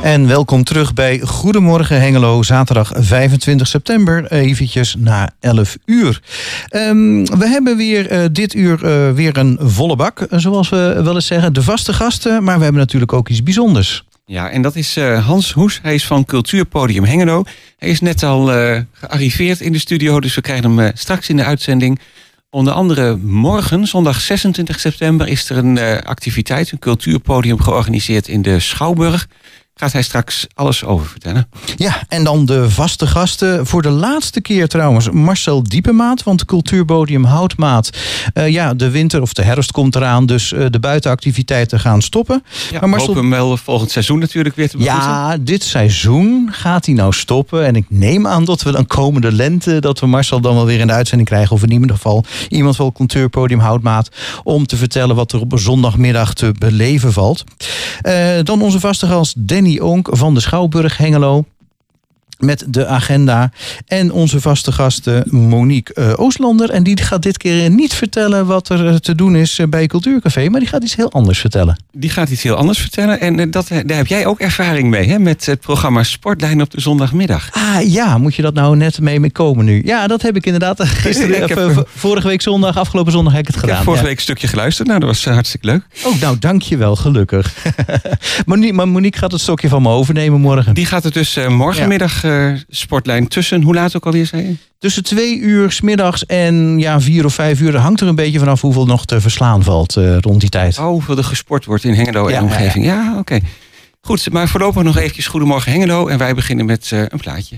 En welkom terug bij Goedemorgen Hengelo, zaterdag 25 september, eventjes na 11 uur. We hebben weer dit uur weer een volle bak, zoals we wel eens zeggen. De vaste gasten, maar we hebben natuurlijk ook iets bijzonders. Ja, en dat is Hans Hoes. Hij is van Cultuurpodium Hengelo. Hij is net al gearriveerd in de studio, dus we krijgen hem straks in de uitzending. Onder andere morgen, zondag 26 september, is er een activiteit, een cultuurpodium georganiseerd in de Schouwburg. Gaat hij straks alles over vertellen. Ja, en dan de vaste gasten. Voor de laatste keer trouwens Marcel Diepemaat, want Cultuurpodium Houtmaat. De winter of de herfst komt eraan, dus de buitenactiviteiten gaan stoppen. Ja, maar Marcel... we hopen hem wel volgend seizoen natuurlijk weer te begroeten. Ja, dit seizoen gaat hij nou stoppen. En ik neem aan dat we dan komende lente, dat we Marcel dan wel weer in de uitzending krijgen. Of in ieder geval iemand van Cultuurpodium Houtmaat, om te vertellen wat er op een zondagmiddag te beleven valt. Dan onze vaste gast Danny Onk van de Schouwburg Hengelo met de agenda. En onze vaste gasten Monique Oostlander. En die gaat dit keer niet vertellen wat er te doen is bij Cultuurcafé, maar die gaat iets heel anders vertellen. Die gaat iets heel anders vertellen. En daar heb jij ook ervaring mee, hè? Met het programma Sportlijn op de zondagmiddag. Ah ja, moet je dat nou net mee komen nu? Ja, dat heb ik inderdaad gisteren, vorige week zondag, afgelopen zondag heb ik het gedaan. Ik heb vorige week een stukje geluisterd. Nou, dat was hartstikke leuk. Oh, nou, dankjewel, gelukkig. Maar Monique gaat het stokje van me overnemen morgen. Die gaat het dus morgenmiddag Sportlijn tussen, hoe laat ook alweer zei je? Tussen 2 uur 's middags en 4 of 5 uur. Hangt er een beetje vanaf hoeveel nog te verslaan valt rond die tijd. Oh, hoeveel er gesport wordt in Hengelo en omgeving. Ja, oké. Goed, maar voorlopig nog eventjes Goedemorgen Hengelo. En wij beginnen met een plaatje.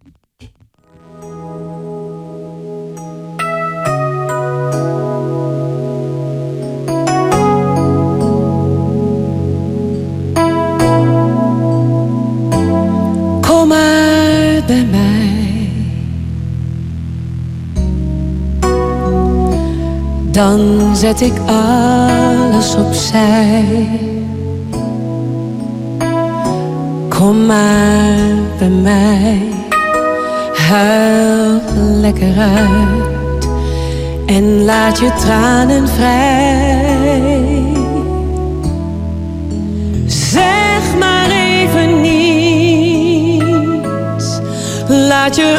Kom maar bij mij. Dan zet ik alles opzij. Kom maar bij mij. Huil lekker uit. En laat je tranen vrij. Zeg maar even niets. Laat je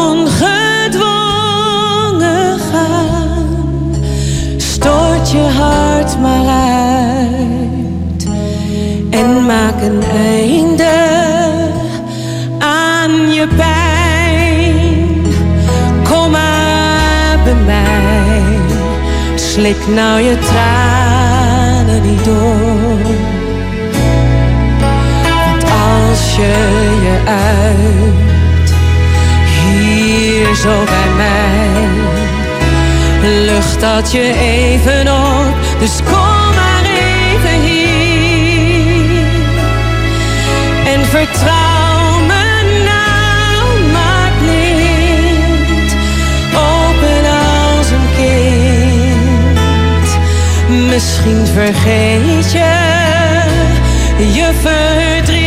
ongedwongen gaan. Stoot je hart maar uit. En maak een einde aan je pijn. Kom maar bij mij. Slik nou je tranen niet door. Want als je je uit hier zo bij mij, lucht dat je even op. Dus kom maar even hier en vertrouw me nou maar blind. Open als een kind. Misschien vergeet je je verdriet.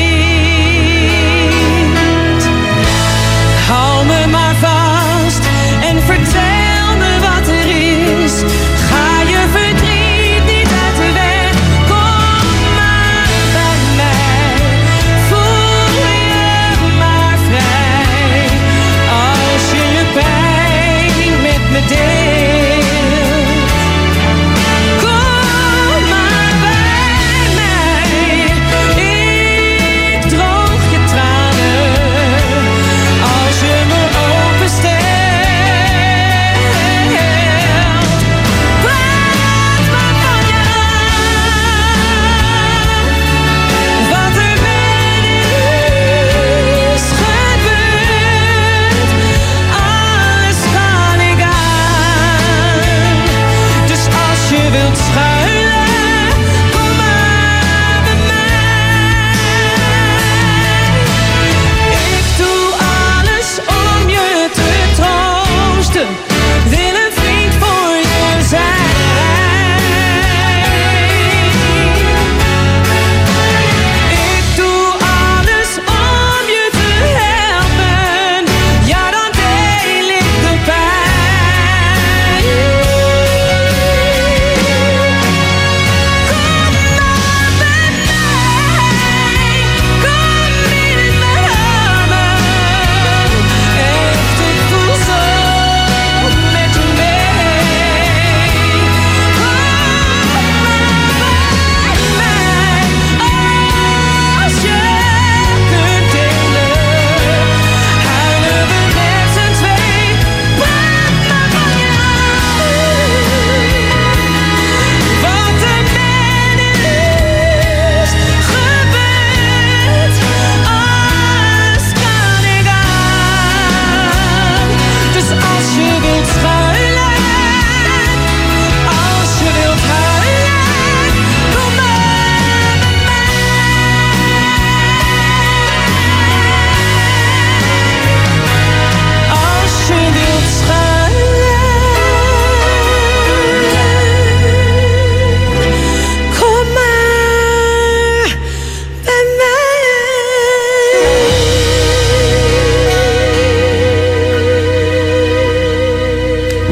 Hou me maar vast en vertel me wat er is. Ga je verdriet niet uit de weg. Kom maar bij mij. Voel je maar vrij. Als je je pijn met me deelt. Kom maar bij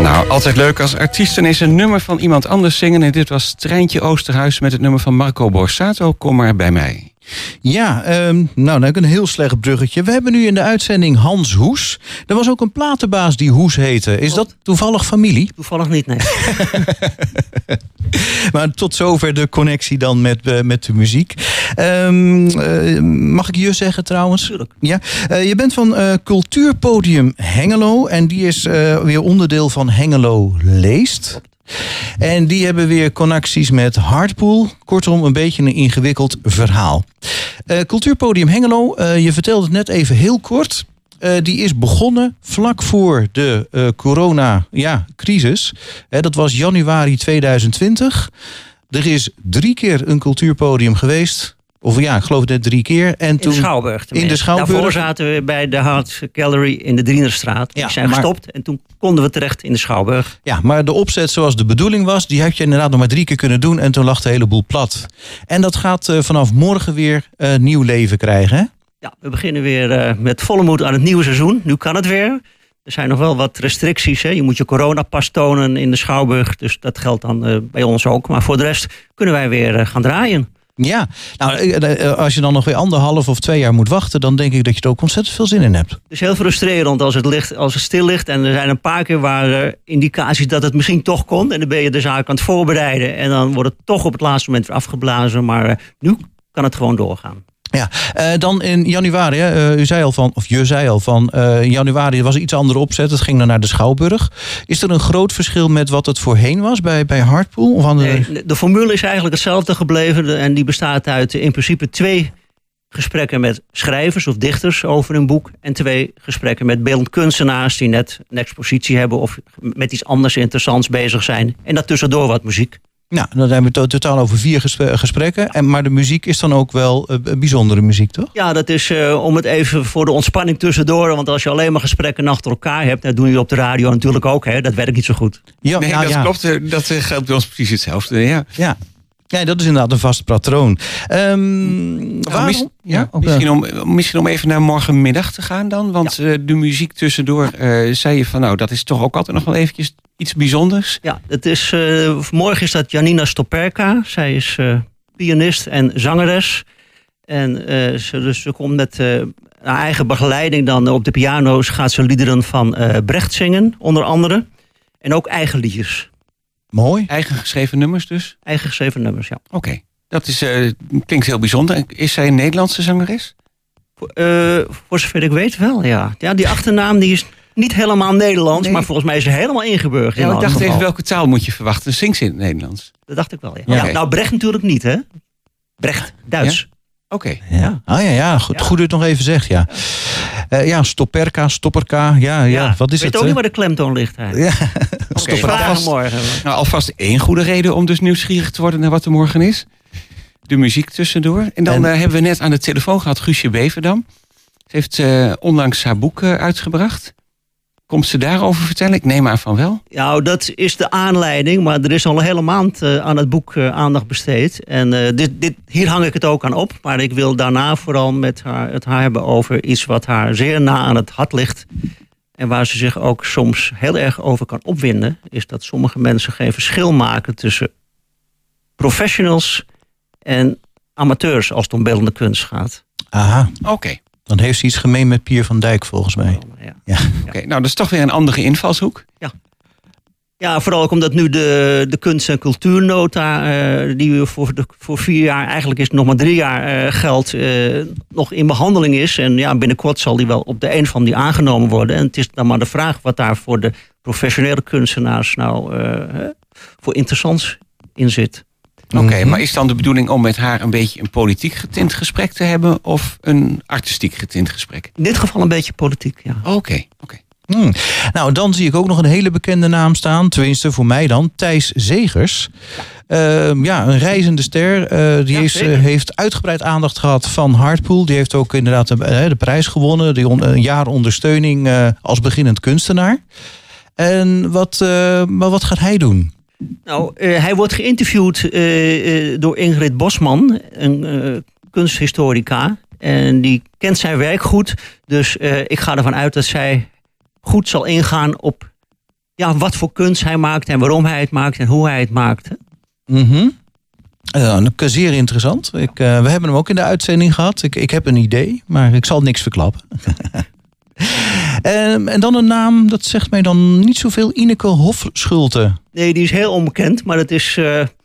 Nou, altijd leuk als artiesten eens een nummer van iemand anders zingen. En dit was Treintje Oosterhuis met het nummer van Marco Borsato. Kom maar bij mij. Ja, nou heb ik een heel slecht bruggetje. We hebben nu in de uitzending Hans Hoes. Er was ook een platenbaas die Hoes heette. Is dat toevallig familie? Toevallig niet, nee. Maar tot zover de connectie dan met de muziek. Mag ik je zeggen trouwens? Tuurlijk. Ja. Je bent van Cultuurpodium Hengelo. En die is weer onderdeel van Hengelo Leest. En die hebben weer connecties met Hartpool. Kortom, een beetje een ingewikkeld verhaal. Cultuurpodium Hengelo, je vertelde het net even heel kort. Die is begonnen vlak voor de corona-crisis. Dat was januari 2020. Er is 3 keer een cultuurpodium geweest. Of ja, ik geloof net 3 keer. En toen, in de Schouwburg. In de Schouwburg. Daarvoor zaten we bij de Art Gallery in de Drienerstraat. Die zijn gestopt en toen konden we terecht in de Schouwburg. Ja, maar de opzet zoals de bedoeling was, die heb je inderdaad nog maar 3 keer kunnen doen. En toen lag de hele boel plat. En dat gaat vanaf morgen weer nieuw leven krijgen, hè? Ja, we beginnen weer met volle moed aan het nieuwe seizoen. Nu kan het weer. Er zijn nog wel wat restricties. Hè? Je moet je coronapas tonen in de Schouwburg. Dus dat geldt dan bij ons ook. Maar voor de rest kunnen wij weer gaan draaien. Ja, nou, als je dan nog weer 1,5 of 2 jaar moet wachten, dan denk ik dat je er ook ontzettend veel zin in hebt. Het is heel frustrerend als het stil ligt. En er zijn een paar keer waar indicaties dat het misschien toch komt. En dan ben je de zaak aan het voorbereiden. En dan wordt het toch op het laatste moment weer afgeblazen. Maar nu kan het gewoon doorgaan. Ja, dan in januari, je zei al van januari was iets andere opzet. Het ging dan naar de Schouwburg. Is er een groot verschil met wat het voorheen was bij Hartpool? Of nee, de formule is eigenlijk hetzelfde gebleven. En die bestaat uit in principe 2 gesprekken met schrijvers of dichters over een boek. En 2 gesprekken met beeldend kunstenaars die net een expositie hebben of met iets anders interessants bezig zijn. En daartussendoor wat muziek. Nou, dan hebben we totaal over 4 gesprekken. Maar de muziek is dan ook wel bijzondere muziek, toch? Ja, dat is om het even voor de ontspanning tussendoor. Want als je alleen maar gesprekken achter elkaar hebt, dat doe je op de radio natuurlijk ook. Hè, dat werkt niet zo goed. Ja, nee, dat klopt. Dat geldt bij ons precies hetzelfde. Ja. Ja, dat is inderdaad een vast patroon. Misschien om even naar morgenmiddag te gaan dan. Want de muziek tussendoor zei je van nou, dat is toch ook altijd nog wel eventjes iets bijzonders. Ja, het is, morgen is dat Janina Stoperka. Zij is pianist en zangeres. En ze komt met haar eigen begeleiding dan op de piano's. Gaat ze liederen van Brecht zingen, onder andere. En ook eigen liedjes. Mooi. Eigen geschreven nummers dus? Eigen geschreven nummers, ja. Oké. Dat is, klinkt heel bijzonder. Is zij een Nederlandse zangeres? Voor zover ik weet wel, ja. Ja, die achternaam die is niet helemaal Nederlands, nee. Maar volgens mij is ze helemaal ingeburgerd. Ja, ik dacht even, welke taal moet je verwachten? Zingt ze in het Nederlands? Dat dacht ik wel, ja. Okay. Nou, Brecht natuurlijk niet, hè? Brecht, Duits. Ja? Oké. Ja. Goed dat je het nog even zegt, ja. Stopperka, ja. Wat is het? Ik weet ook niet waar de klemtoon ligt eigenlijk. Ja. Stopperka morgen. Nou, alvast 1 goede reden om dus nieuwsgierig te worden naar wat er morgen is. De muziek tussendoor. En dan hebben we net aan de telefoon gehad Guusje Beverdam. Ze heeft onlangs haar boek uitgebracht. Komt ze daarover vertellen? Ik neem aan van wel. Nou, dat is de aanleiding. Maar er is al een hele maand aan het boek aandacht besteed. En hier hang ik het ook aan op. Maar ik wil daarna vooral met het haar hebben over iets wat haar zeer na aan het hart ligt. En waar ze zich ook soms heel erg over kan opwinden. Is dat sommige mensen geen verschil maken tussen professionals en amateurs als het om beeldende kunst gaat. Aha. Oké. Dan heeft ze iets gemeen met Pier van Dijk, volgens mij. Ja. Oké, nou, dat is toch weer een andere invalshoek. Ja, vooral ook omdat nu de kunst- en cultuurnota... die voor 4 jaar, eigenlijk is het nog maar 3 jaar geldt... nog in behandeling is. En ja, binnenkort zal die wel op de een of andere manier aangenomen worden. En het is dan maar de vraag wat daar voor de professionele kunstenaars... nou voor interessants in zit. Oké, maar is dan de bedoeling om met haar een beetje een politiek getint gesprek te hebben... of een artistiek getint gesprek? In dit geval een beetje politiek, ja. Oké. Nou, dan zie ik ook nog een hele bekende naam staan. Tenminste, voor mij dan. Thijs Zegers. Een reizende ster. Die heeft uitgebreid aandacht gehad van Hartpool. Die heeft ook inderdaad de prijs gewonnen. Een jaar ondersteuning als beginnend kunstenaar. En wat gaat hij doen? Nou, hij wordt geïnterviewd door Ingrid Bosman, een kunsthistorica. En die kent zijn werk goed. Dus ik ga ervan uit dat zij goed zal ingaan op wat voor kunst hij maakt en waarom hij het maakt en hoe hij het maakt. Zeer interessant. We hebben hem ook in de uitzending gehad. Ik heb een idee, maar ik zal niks verklappen. En dan een naam, dat zegt mij dan niet zoveel. Ineke Hofschulte. Nee, die is heel onbekend, maar het is...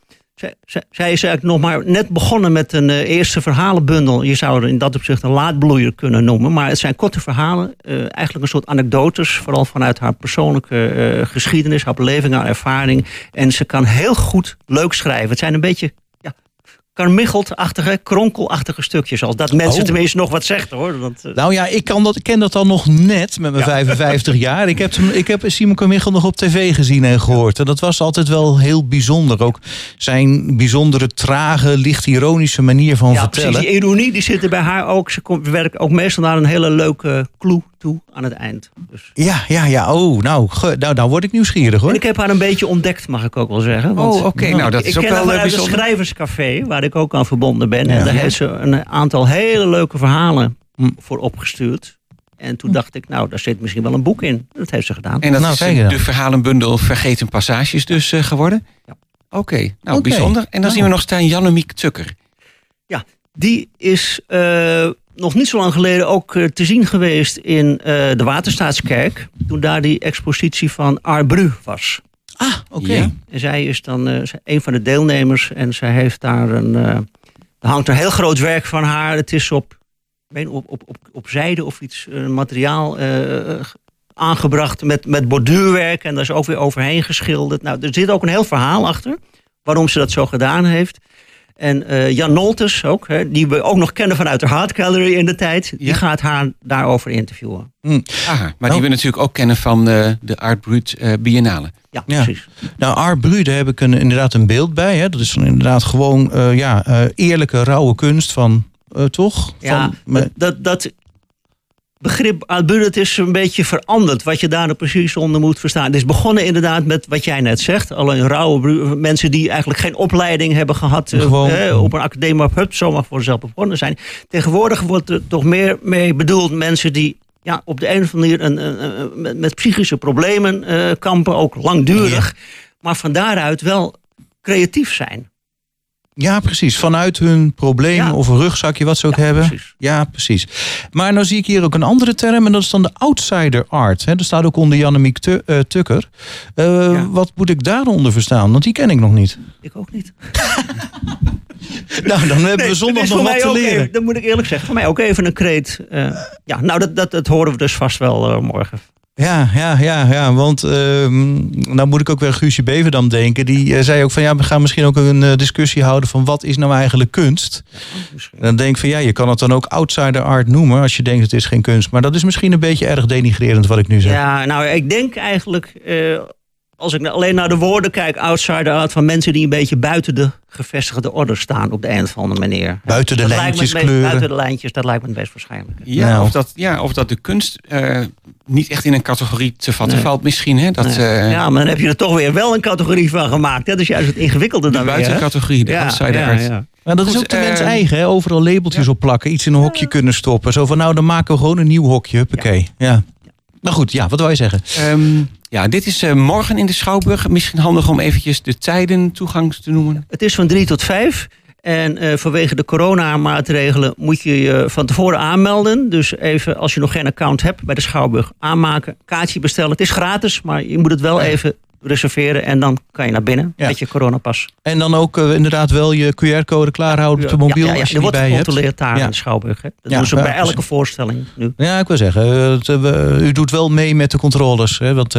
Zij is eigenlijk nog maar net begonnen met een eerste verhalenbundel. Je zou er in dat opzicht een laadbloeier kunnen noemen. Maar het zijn korte verhalen. Eigenlijk een soort anekdotes. Vooral vanuit haar persoonlijke geschiedenis, haar beleving, haar ervaring. En ze kan heel goed leuk schrijven. Het zijn een beetje karmichelt-achtige, kronkelachtige stukjes. Als dat mensen tenminste nog wat zegt, hoor. Nou ja, ik ken dat dan nog net met mijn 55 jaar. Ik heb Simon Carmichael nog op tv gezien en gehoord. En dat was altijd wel heel bijzonder. Ook zijn bijzondere, trage, licht ironische manier van vertellen. Precies, die ironie die zit er bij haar ook. Ze werkt ook meestal naar een hele leuke clue toe aan het eind. Dus. Ja. Oh, nou word ik nieuwsgierig, hoor. En ik heb haar een beetje ontdekt, mag ik ook wel zeggen. Oké. Nou, dat is ook wel bijzonder. Ik ken haar uit het schrijverscafé, waar ik ook aan verbonden ben. En daar heeft ze een aantal hele leuke verhalen voor opgestuurd. En toen dacht ik, daar zit misschien wel een boek in. Dat heeft ze gedaan. En dat is de verhalenbundel Vergeten Passages dus geworden? Ja. Oké, bijzonder. En dan zien we nog staan Jannemiek Tukker. Ja, die is nog niet zo lang geleden ook te zien geweest in de Waterstaatskerk. Toen daar die expositie van Art Bru was. Ah, oké. Ja. En zij is dan een van de deelnemers. En zij heeft daar er hangt een heel groot werk van haar. Het is op zijde of iets materiaal aangebracht met borduurwerk. En daar is ook weer overheen geschilderd. Nou, er zit ook een heel verhaal achter. Waarom ze dat zo gedaan heeft. En Jan Noltes ook, die we ook nog kennen vanuit de Art Gallery in de tijd. Die gaat haar daarover interviewen. Maar die we natuurlijk ook kennen van de Art Brut Biennale. Ja, precies. Nou, Art Brut, daar heb ik inderdaad een beeld bij. Hè. Dat is dan inderdaad gewoon eerlijke, rauwe kunst van, toch? Ja, dat begrip Art Brut is een beetje veranderd. Wat je daar nou precies onder moet verstaan. Het is begonnen inderdaad met wat jij net zegt. Alleen rauwe mensen die eigenlijk geen opleiding hebben gehad. Op een academie, maar zomaar voor zichzelf begonnen zijn. Tegenwoordig wordt er toch meer mee bedoeld mensen die op de een of andere manier met psychische problemen kampen. Ook langdurig. Ja. Maar van daaruit wel creatief zijn. Ja, precies. Vanuit hun probleem of een rugzakje, wat ze ook hebben. Precies. Ja, precies. Maar nou zie ik hier ook een andere term. En dat is dan de outsider art. Hè. Dat staat ook onder Jannemiek Tukker. Wat moet ik daaronder verstaan? Want die ken ik nog niet. Ik ook niet. Nou, dan hebben we zondag nog wat te leren. Dat moet ik eerlijk zeggen. Voor mij ook even een kreet. Dat horen we dus vast wel morgen. Ja, want nou moet ik ook weer Guusje Beverdam denken. Die zei ook van we gaan misschien ook een discussie houden van wat is nou eigenlijk kunst. Dan denk ik van je kan het dan ook outsider art noemen als je denkt het is geen kunst. Maar dat is misschien een beetje erg denigrerend wat ik nu zeg. Ja, nou ik denk eigenlijk als ik alleen naar de woorden kijk, outsider art van mensen die een beetje buiten de gevestigde orde staan op de een of andere manier. Buiten de lijntjes kleuren. Buiten de lijntjes, dat lijkt me het best waarschijnlijk. Of dat de kunst niet echt in een categorie te vatten valt misschien. Hè? Maar dan heb je er toch weer wel een categorie van gemaakt. Hè? Dat is juist het ingewikkelde dan weer. De buitencategorie, de outsider art. Ja. Maar dat is ook de mens eigen. Hè? Overal labeltjes op plakken. Iets in een hokje kunnen stoppen. Zo van dan maken we gewoon een nieuw hokje. Huppakee. Ja. Maar goed, wat wil je zeggen? Dit is morgen in de Schouwburg. Misschien handig om eventjes de tijden toegang te noemen. Het is van 3 tot 5. En vanwege de coronamaatregelen moet je je van tevoren aanmelden. Dus even, als je nog geen account hebt bij de Schouwburg, aanmaken, kaartje bestellen. Het is gratis, maar je moet het wel even reserveren en dan kan je naar binnen met je coronapas. En dan ook inderdaad wel je QR-code klaarhouden op de mobiel als je die bij hebt. Er wordt gecontroleerd daar in de Schouwburg. Hè? Dat doen ze bij elke voorstelling nu. Ja, ik wil zeggen, u doet wel mee met de controles. Hè, want,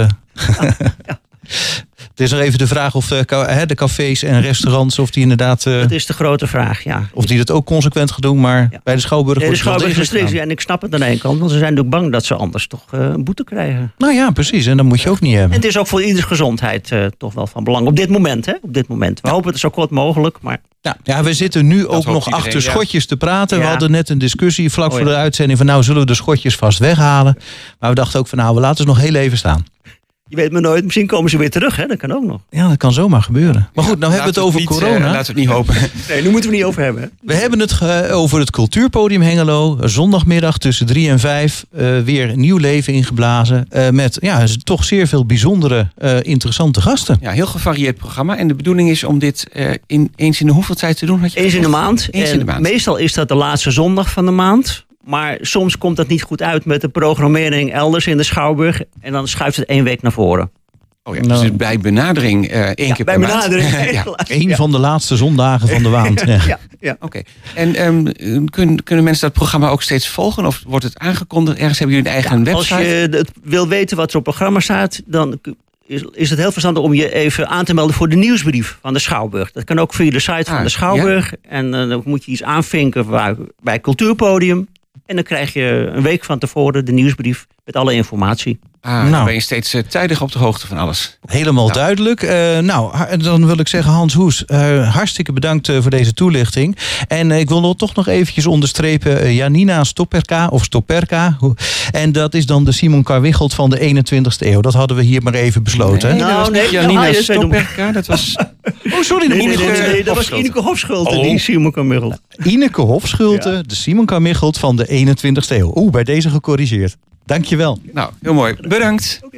het is nog even de vraag of de cafés en restaurants, of die inderdaad... dat is de grote vraag, ja. Of die dat ook consequent gaan doen, maar bij de Schouwburg wordt het wel degelijk gedaan. En ik snap het aan de ene kant, want ze zijn natuurlijk bang dat ze anders toch een boete krijgen. Nou ja, precies. En dat moet je ook niet hebben. En het is ook voor ieders gezondheid toch wel van belang. Op dit moment, hè? Op dit moment. We hopen het zo kort mogelijk, maar... Ja, we zitten nu ook nog achter schotjes te praten. We hadden net een discussie vlak voor de uitzending van zullen we de schotjes vast weghalen. Maar we dachten ook van we laten ze nog heel even staan. Je weet maar nooit, misschien komen ze weer terug. Hè? Dat kan ook nog. Ja, dat kan zomaar gebeuren. Maar goed, nou hebben we het over corona. Laten we het niet hopen. Nee, nu moeten we niet over hebben. Hè? We hebben het over het Cultuurpodium Hengelo. Zondagmiddag tussen 3 en 5. Weer nieuw leven ingeblazen. Met toch zeer veel bijzondere, interessante gasten. Ja, heel gevarieerd programma. En de bedoeling is om dit eens in de hoeveel tijd te doen? Had je Eens in de maand. Eens in de maand. Meestal is dat de laatste zondag van de maand. Maar soms komt dat niet goed uit met de programmering elders in de Schouwburg. En dan schuift het 1 week naar voren. Oh ja, dus bij benadering één keer per maand. Bij benadering. Eén van de laatste zondagen van de maand. Ja. Oké. En kunnen mensen dat programma ook steeds volgen? Of wordt het aangekondigd? Ergens hebben jullie een eigen website? Als je wil weten wat er op het programma staat, dan is het heel verstandig om je even aan te melden voor de nieuwsbrief van de Schouwburg. Dat kan ook via de site van de Schouwburg. Ja. En dan moet je iets aanvinken bij Cultuurpodium. En dan krijg je een week van tevoren de nieuwsbrief met alle informatie. Dan ben je steeds tijdig op de hoogte van alles. Helemaal duidelijk. Dan wil ik zeggen, Hans Hoes, hartstikke bedankt voor deze toelichting. En ik wil toch nog eventjes onderstrepen Janina Stopperka. En dat is dan de Simon Carwichelt van de 21ste eeuw. Dat hadden we hier maar even besloten. Nee, Janina Stopperka, dat was... Oh, sorry. Nee, dat was Ineke Hofschulte, die Simon Carwichelt. Ineke Hofschulte, de Simon Carwichelt van de 21ste eeuw. Bij deze gecorrigeerd. Dankjewel. Nou, heel mooi. Bedankt. Okay.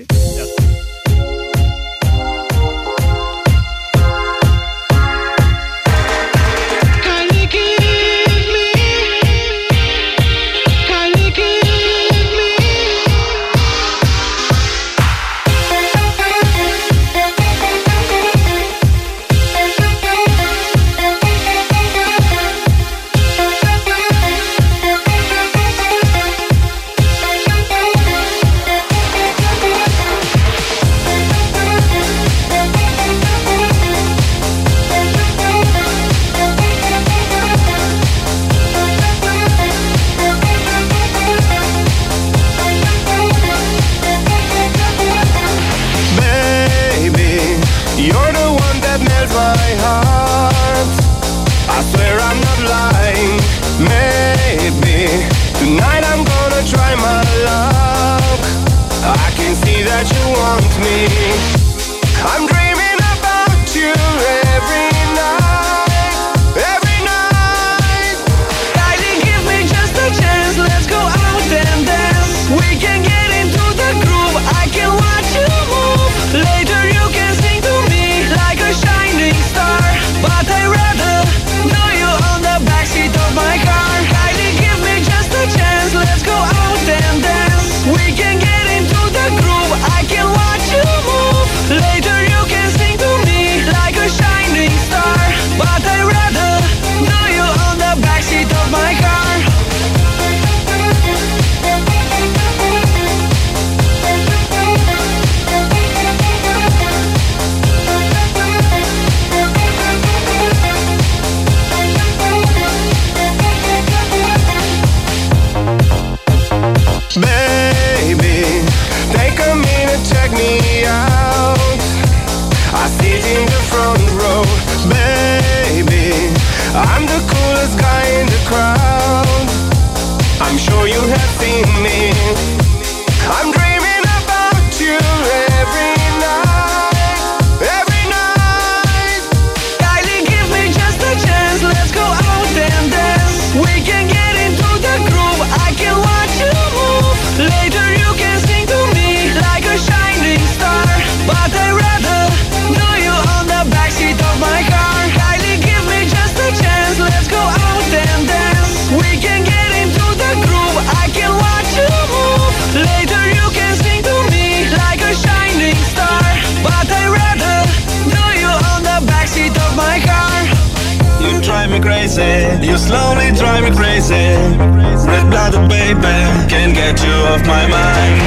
You slowly drive me crazy. Red-blooded baby, can't get you off my mind.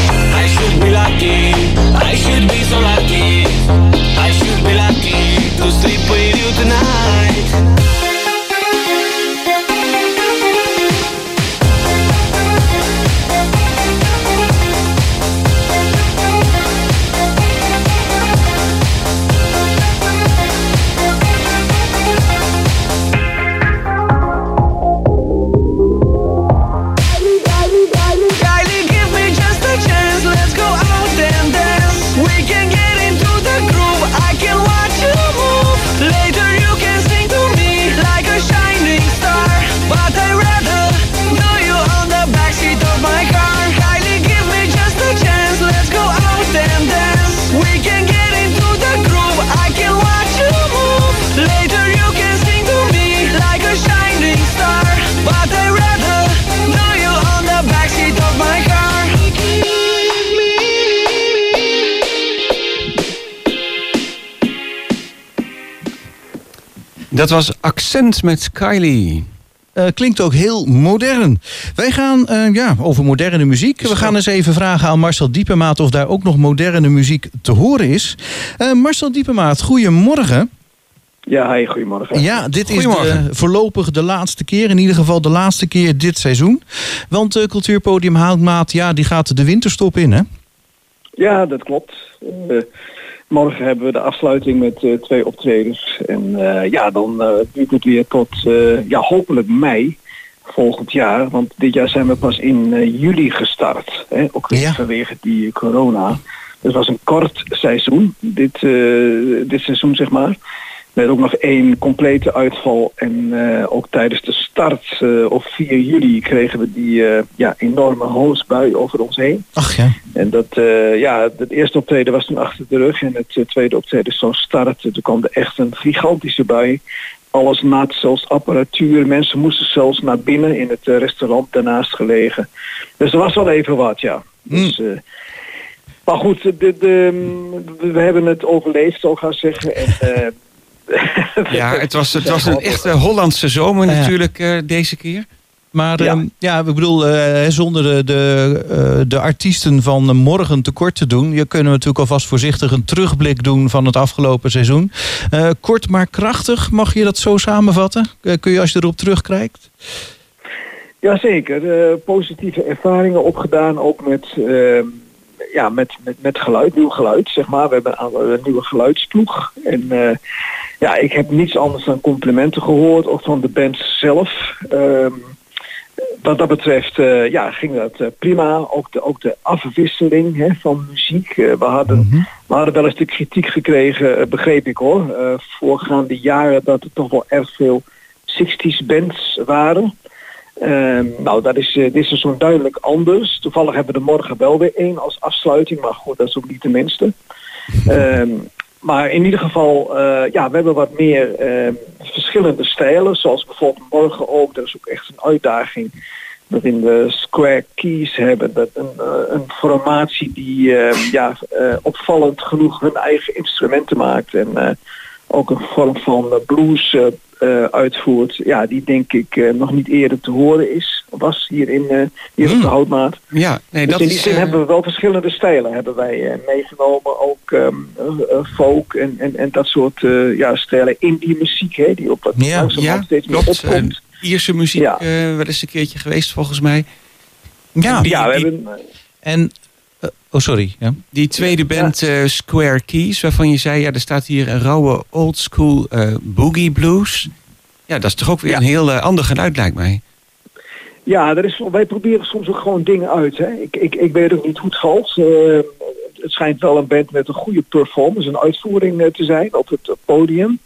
I should be lucky, I should be so lucky. I should be lucky to sleep with you tonight. Dat was Accent met Kylie. Klinkt ook heel modern. Wij gaan over moderne muziek. We gaan eens even vragen aan Marcel Diepemaat of daar ook nog moderne muziek te horen is. Marcel Diepemaat, goedemorgen. Ja, hey, goedemorgen. Ja, dit is voorlopig de laatste keer. In ieder geval de laatste keer dit seizoen. Want Cultuurpodium Houtmaat, die gaat de winterstop in, hè? Ja, dat klopt. Morgen hebben we de afsluiting met 2 optredens. En dan duurt het weer tot hopelijk mei volgend jaar. Want dit jaar zijn we pas in juli gestart. Hè? Ook vanwege die corona. Dus het was een kort seizoen. Dit seizoen, zeg maar. We hadden ook nog 1 complete uitval. En ook tijdens de start op 4 juli kregen we die enorme hoosbui over ons heen. Ach ja. En het eerste optreden was toen achter de rug. En het tweede optreden zo'n start. Toen kwam er echt een gigantische bui. Alles nat, zelfs apparatuur. Mensen moesten zelfs naar binnen in het restaurant daarnaast gelegen. Dus er was wel even wat, ja. Dus, maar goed, we hebben het overleefd, zou ik gaan zeggen. En, het was een echte Hollandse zomer natuurlijk deze keer. Maar ik bedoel, zonder de artiesten van morgen tekort te doen, je kunnen natuurlijk alvast voorzichtig een terugblik doen van het afgelopen seizoen. Kort maar krachtig, mag je dat zo samenvatten? Kun je als je erop terugkijkt? Jazeker, positieve ervaringen opgedaan, ook met geluid, nieuw geluid, zeg maar. We hebben een nieuwe geluidsploeg. En ik heb niets anders dan complimenten gehoord, ook van de band zelf. Wat dat betreft ging dat prima. Ook de afwisseling van muziek. We hadden wel eens de kritiek gekregen, begreep ik hoor. Voorgaande jaren dat er toch wel erg veel 60s bands waren. Dat is dit seizoen duidelijk anders. Toevallig hebben we er morgen wel weer 1 als afsluiting. Maar goed, dat is ook niet de minste. Maar in ieder geval, we hebben wat meer verschillende stijlen. Zoals bijvoorbeeld morgen ook. Dat is ook echt een uitdaging. Waarin we Square Keys hebben. Dat een formatie die opvallend genoeg hun eigen instrumenten maakt. En ook een vorm van blues uitvoert. Ja, die denk ik nog niet eerder te horen was hier op de Houtmaat. Ja, nee, dus dat in die zin hebben we wel verschillende stijlen hebben wij meegenomen. Ook folk en dat soort stijlen. Indie muziek, hè, die op wat langzamerhand steeds meer opkomt. Ierse muziek wel eens een keertje geweest volgens mij. Ja, we hebben... En... sorry. Ja. Die tweede band Square Keys, waarvan je zei, er staat hier een rauwe oldschool boogie blues. Ja, dat is toch ook weer een heel ander geluid, lijkt mij. Ja, wij proberen soms ook gewoon dingen uit. Hè. Ik weet ook niet hoe het valt. Het schijnt wel een band met een goede performance, een uitvoering te zijn op het podium.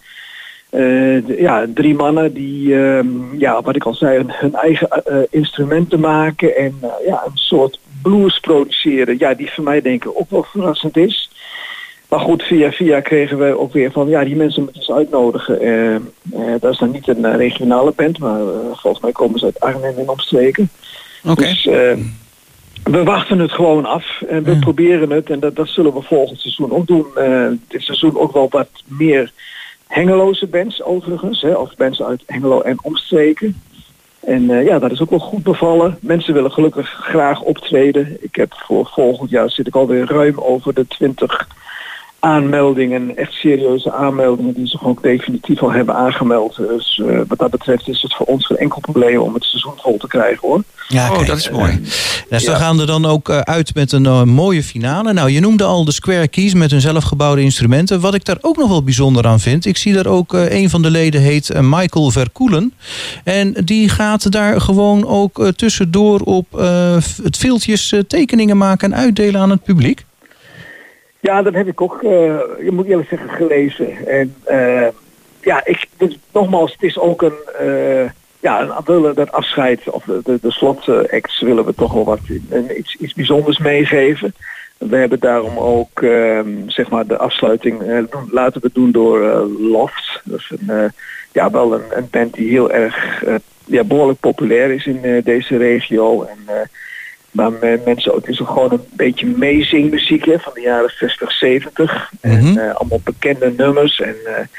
3 mannen die, wat ik al zei, hun eigen instrumenten maken en een soort blues produceren. Ja, die voor mij denk ik ook wel verrassend is. Maar goed, via kregen we ook weer van, die mensen moeten ze uitnodigen. Dat is dan niet een regionale band, maar volgens mij komen ze uit Arnhem en omstreken. Okay. Dus we wachten het gewoon af en we proberen het. En dat zullen we volgend seizoen ook doen. Dit seizoen ook wel wat meer Hengeloze bands overigens, of bands uit Hengelo en omstreken. En dat is ook wel goed bevallen. Mensen willen gelukkig graag optreden. Ik heb voor volgend jaar zit ik alweer ruim over de 20 aanmeldingen, echt serieuze aanmeldingen die zich ook definitief al hebben aangemeld. Dus wat dat betreft is het voor ons geen enkel probleem om het seizoen vol te krijgen hoor. Ja, kijk, dat is mooi. Dus we gaan er dan ook uit met een mooie finale. Nou, je noemde al de Square Keys met hun zelfgebouwde instrumenten. Wat ik daar ook nog wel bijzonder aan vind, ik zie daar ook een van de leden heet Michael Verkoelen. En die gaat daar gewoon ook tussendoor op het viltjes tekeningen maken en uitdelen aan het publiek. Ja, dat heb ik ook, je moet eerlijk zeggen, gelezen. En nogmaals, het is ook willen dat afscheid of de slotacts willen we toch wel wat iets bijzonders meegeven. We hebben daarom ook de afsluiting laten we doen door Loft. Dat is wel een band die heel erg behoorlijk populair is in deze regio. En maar mensen ook, het is gewoon een beetje meezingmuziek van de jaren 60, 70. En allemaal bekende nummers. En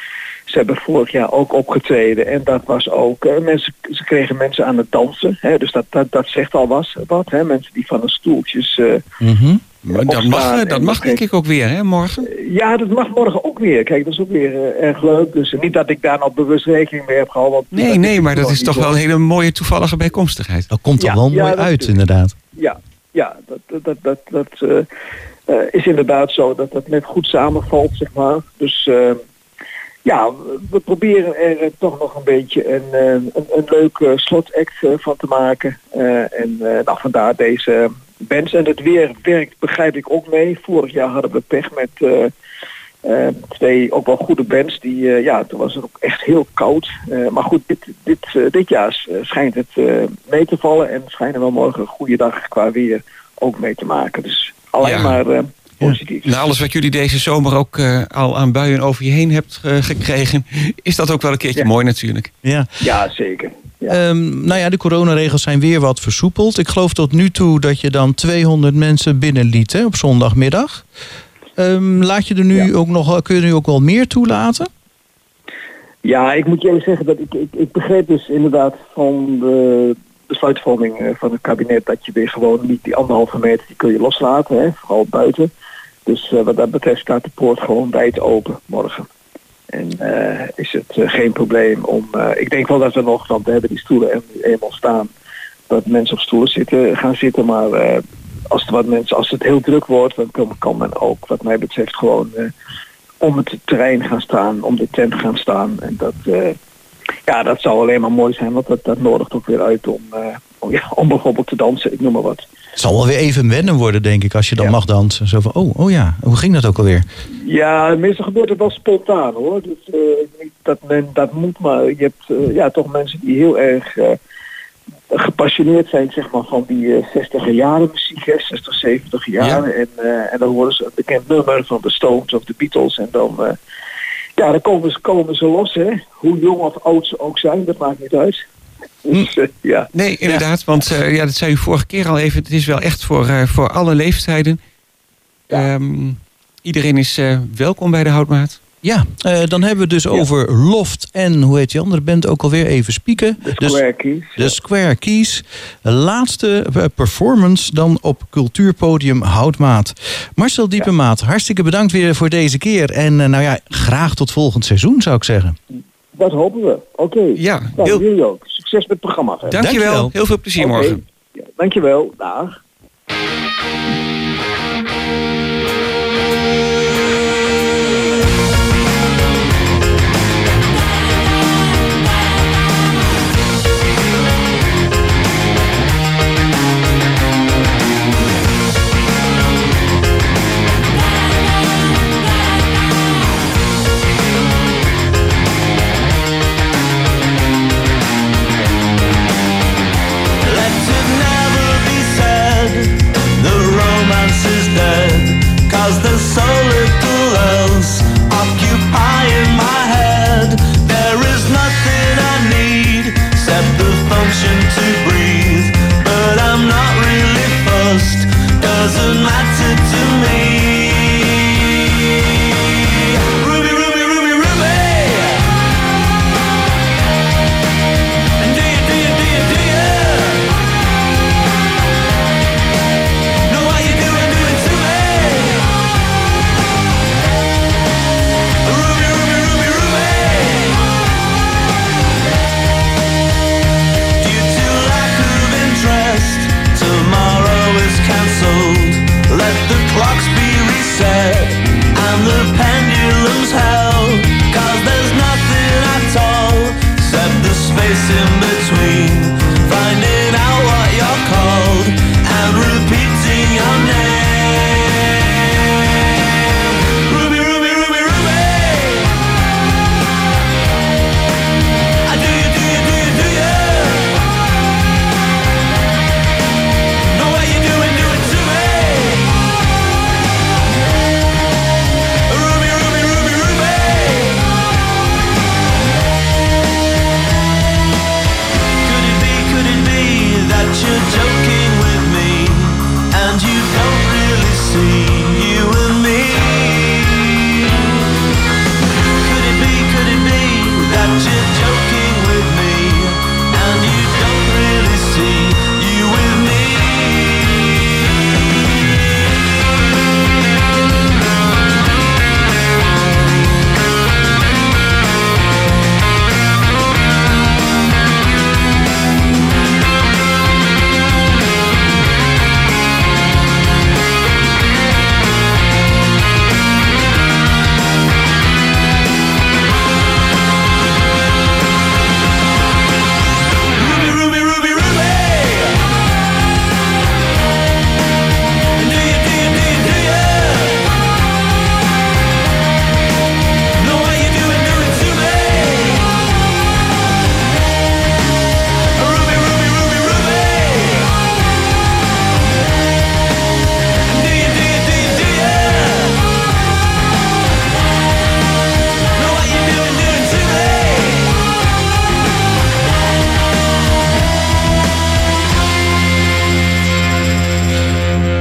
Ze hebben vorig jaar ook opgetreden en dat was ook, ze kregen mensen aan het dansen. Hè, dus dat zegt al wat. Hè, mensen die van de stoeltjes Maar dat mag denk ik ook weer, hè, morgen? Ja, dat mag morgen ook weer. Kijk, dat is ook weer erg leuk. Dus niet dat ik daar nog bewust rekening mee heb gehouden. Nee, maar dat is toch wel een hele mooie toevallige bijkomstigheid. Dat komt toch wel mooi uit, inderdaad. Ja, dat is inderdaad zo dat dat net goed samenvalt, zeg maar. Dus we proberen er toch nog een beetje een leuke slotact van te maken. Vandaar deze bands. En het weer werkt, begrijp ik ook mee. Vorig jaar hadden we pech met 2 ook wel goede bands. Toen was het ook echt heel koud. Maar goed, dit jaar schijnt het mee te vallen. En schijnen we morgen een goede dag qua weer ook mee te maken. Dus alleen maar positief. Na alles wat jullie deze zomer ook al aan buien over je heen hebt gekregen, is dat ook wel een keertje mooi natuurlijk. Ja, zeker. Ja. De coronaregels zijn weer wat versoepeld. Ik geloof tot nu toe dat je dan 200 mensen binnenliet, hè, op zondagmiddag. Laat je er nu ook nog, kun je er nu ook wel meer toelaten? Ja, ik moet je eerlijk zeggen dat ik begreep dus inderdaad van de besluitvorming van het kabinet dat je weer gewoon niet die 1,5 meter, die kun je loslaten, hè, vooral buiten. Dus wat dat betreft staat de poort gewoon wijd open morgen. En is het geen probleem om... ik denk wel dat we nog, want we hebben die stoelen er nu eenmaal staan, dat mensen op stoelen gaan zitten. Maar als het heel druk wordt, dan kan men ook, wat mij betreft, gewoon om het terrein gaan staan, om de tent gaan staan. En dat zou alleen maar mooi zijn, want dat nodigt ook weer uit om bijvoorbeeld te dansen, ik noem maar wat. Het zal wel weer even wennen worden, denk ik, als je dan mag dansen. Zo van, hoe ging dat ook alweer? Ja, meestal gebeurt het wel spontaan, hoor. Dus niet dat men dat moet, maar je hebt toch mensen die heel erg gepassioneerd zijn, zeg maar, van die 60er jaren muziek, 60, 70 jaren. Ja. En dan horen ze een bekend nummer van de Stones of de Beatles en dan komen ze los, hè. Hoe jong of oud ze ook zijn, dat maakt niet uit. Dus, Nee, inderdaad, want dat zei u vorige keer al even, het is wel echt voor alle leeftijden. Ja. Iedereen is welkom bij de Houtmaat. Ja, dan hebben we dus over Loft en, hoe heet die andere band ook alweer, even spieken. De Square Keys. De Square Keys. Laatste performance dan op Cultuurpodium Houtmaat. Marcel Diepemaat, hartstikke bedankt weer voor deze keer. En graag tot volgend seizoen, zou ik zeggen. Dat hopen we. Oké. Ja, jullie ook. Succes met het programma. Dankjewel. Heel veel plezier morgen. Ja, dankjewel. Dag. Let it never be said the road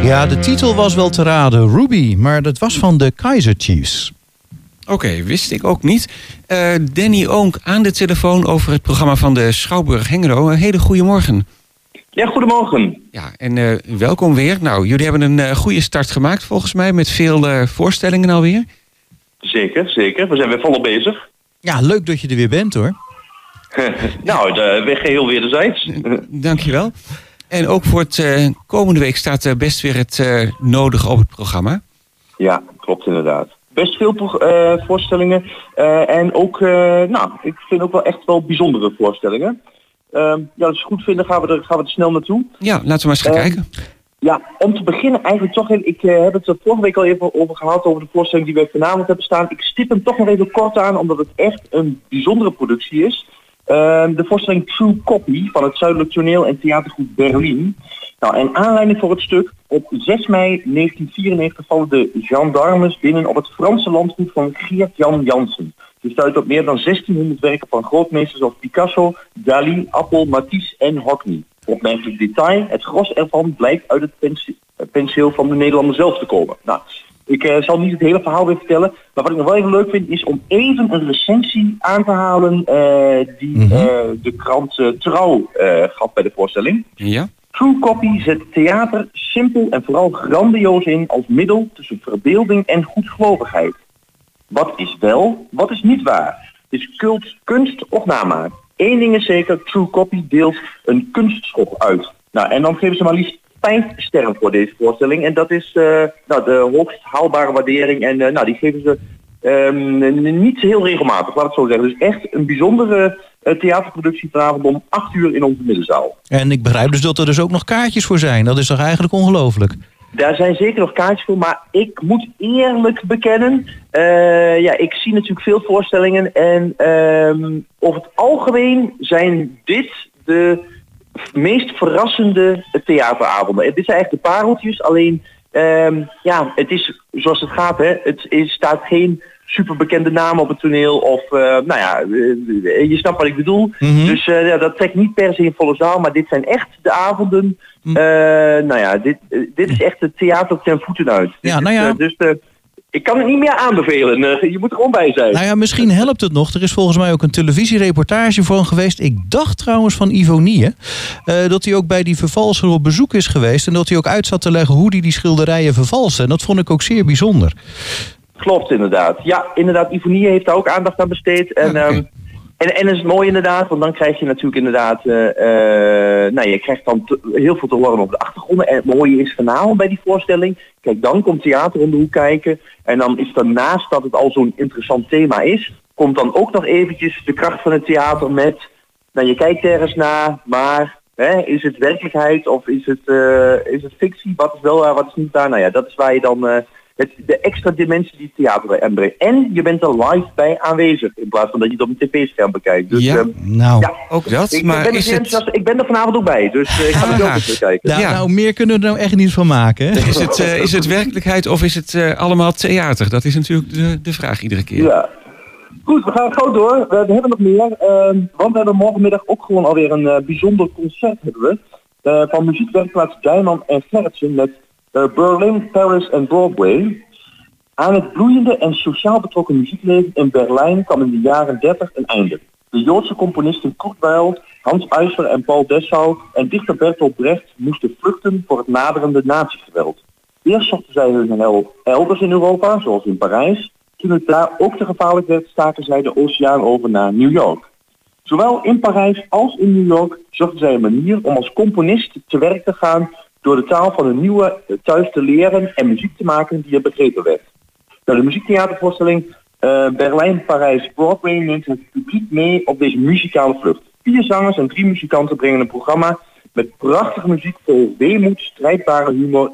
Ja, de titel was wel te raden, Ruby, maar dat was van de Kaiser Chiefs. Oké, wist ik ook niet. Danny Oonk aan de telefoon over het programma van de Schouwburg Hengelo. Een hele goede morgen. Ja, goedemorgen. Ja, en welkom weer. Nou, jullie hebben een goede start gemaakt volgens mij met veel voorstellingen alweer. Zeker, zeker. We zijn weer volop bezig. Ja, leuk dat je er weer bent hoor. Nou, geheel wederzijds. Dankjewel. En ook voor het komende week staat best weer het nodige op het programma. Ja, klopt inderdaad. Best veel voorstellingen. En ook, ik vind ook wel echt wel bijzondere voorstellingen. Ja, als je het goed vinden gaan we er snel naartoe. Ja, laten we maar eens gaan kijken. Ja, om te beginnen eigenlijk toch even, ik heb het er vorige week al even over gehad, over de voorstelling die wij vanavond hebben staan. Ik stip hem toch nog even kort aan, omdat het echt een bijzondere productie is. De voorstelling True Copy van het Zuidelijk Toneel en Theatergroep Berlin. Nou, en aanleiding voor het stuk, op 6 mei 1994 vallen de gendarmes binnen op het Franse landgoed van Geert-Jan Jansen. Die stuit op meer dan 1600 werken van grootmeesters als Picasso, Dali, Appel, Matisse en Hockney. Opmerkelijk detail, het gros ervan blijkt uit het penseel van de Nederlander zelf te komen. Nou, ik zal niet het hele verhaal weer vertellen, maar wat ik nog wel even leuk vind is om even een recensie aan te halen die de krant Trouw gaf bij de voorstelling. Ja. True Copy zet theater simpel en vooral grandioos in als middel tussen verbeelding en goedgelovigheid. Wat is wel, wat is niet waar? Is kunst of namaak? Eén ding is zeker, True Copy deelt een kunstschop uit. Nou, en dan geven ze maar liefst 5 sterren voor deze voorstelling. En dat is de hoogst haalbare waardering. En die geven ze niet heel regelmatig, laat ik zo zeggen. Dus echt een bijzondere theaterproductie vanavond om 8 uur in onze middenzaal. En ik begrijp dus dat er dus ook nog kaartjes voor zijn. Dat is toch eigenlijk ongelooflijk? Daar zijn zeker nog kaartjes voor, maar ik moet eerlijk bekennen, ik zie natuurlijk veel voorstellingen en over het algemeen zijn dit de meest verrassende theateravonden. Dit zijn echt de pareltjes, alleen het is zoals het gaat, hè. Staat geen superbekende naam op het toneel of je snapt wat ik bedoel. Mm-hmm. Dus dat trekt niet per se in volle zaal, maar dit zijn echt de avonden. Dit is echt het theater ten voeten uit. Ik kan het niet meer aanbevelen. Je moet er gewoon bij zijn. Nou ja, misschien helpt het nog. Er is volgens mij ook een televisiereportage van geweest. Ik dacht trouwens van Ivonie, dat hij ook bij die vervalser op bezoek is geweest. En dat hij ook uit zat te leggen hoe hij die schilderijen vervalste. En dat vond ik ook zeer bijzonder. Klopt, inderdaad. Ja, inderdaad. Ivonie heeft daar ook aandacht aan besteed. En dat is mooi inderdaad, want dan krijg je natuurlijk inderdaad... je krijgt dan heel veel te horen over de achtergronden. En het mooie is vanavond bij die voorstelling... Kijk, dan komt theater om de hoek kijken. En dan is daarnaast dat het al zo'n interessant thema is... komt dan ook nog eventjes de kracht van het theater met... je kijkt ergens naar, maar... is het werkelijkheid of is het fictie? Wat is wel waar, wat is niet waar? Nou ja, dat is waar je dan... de extra dimensie die het theater inbrengt. En je bent er live bij aanwezig. In plaats van dat je het op een tv-scherm bekijkt. Dus, ook dat. Ik ben er vanavond ook bij. Dus ik ga het ook eens kijken. Nou, meer kunnen we er nou echt niet van maken. Hè? Is het werkelijkheid of is het allemaal theater? Dat is natuurlijk de vraag iedere keer. Ja. Goed, we gaan gauw door. We hebben nog meer. Want we hebben morgenmiddag ook gewoon alweer een bijzonder concert hebben we. Van muziekwerkplaats Dijman en Gerritsen met... Berlin, Paris en Broadway. Aan het bloeiende en sociaal betrokken muziekleven in Berlijn kwam in de jaren 30 een einde. De Joodse componisten Kurt Weill, Hans Eisler en Paul Dessau en dichter Bertolt Brecht moesten vluchten voor het naderende nazi-geweld. Eerst zochten zij hun hel elders in Europa, zoals in Parijs. Toen het daar ook te gevaarlijk werd, staken zij de oceaan over naar New York. Zowel in Parijs als in New York zochten zij een manier om als componist te werk te gaan... door de taal van een nieuwe thuis te leren en muziek te maken die er begrepen werd. De muziektheatervoorstelling Berlijn, Parijs, Broadway neemt het publiek mee op deze muzikale vlucht. 4 zangers en 3 muzikanten brengen een programma met prachtige muziek vol weemoed, strijdbare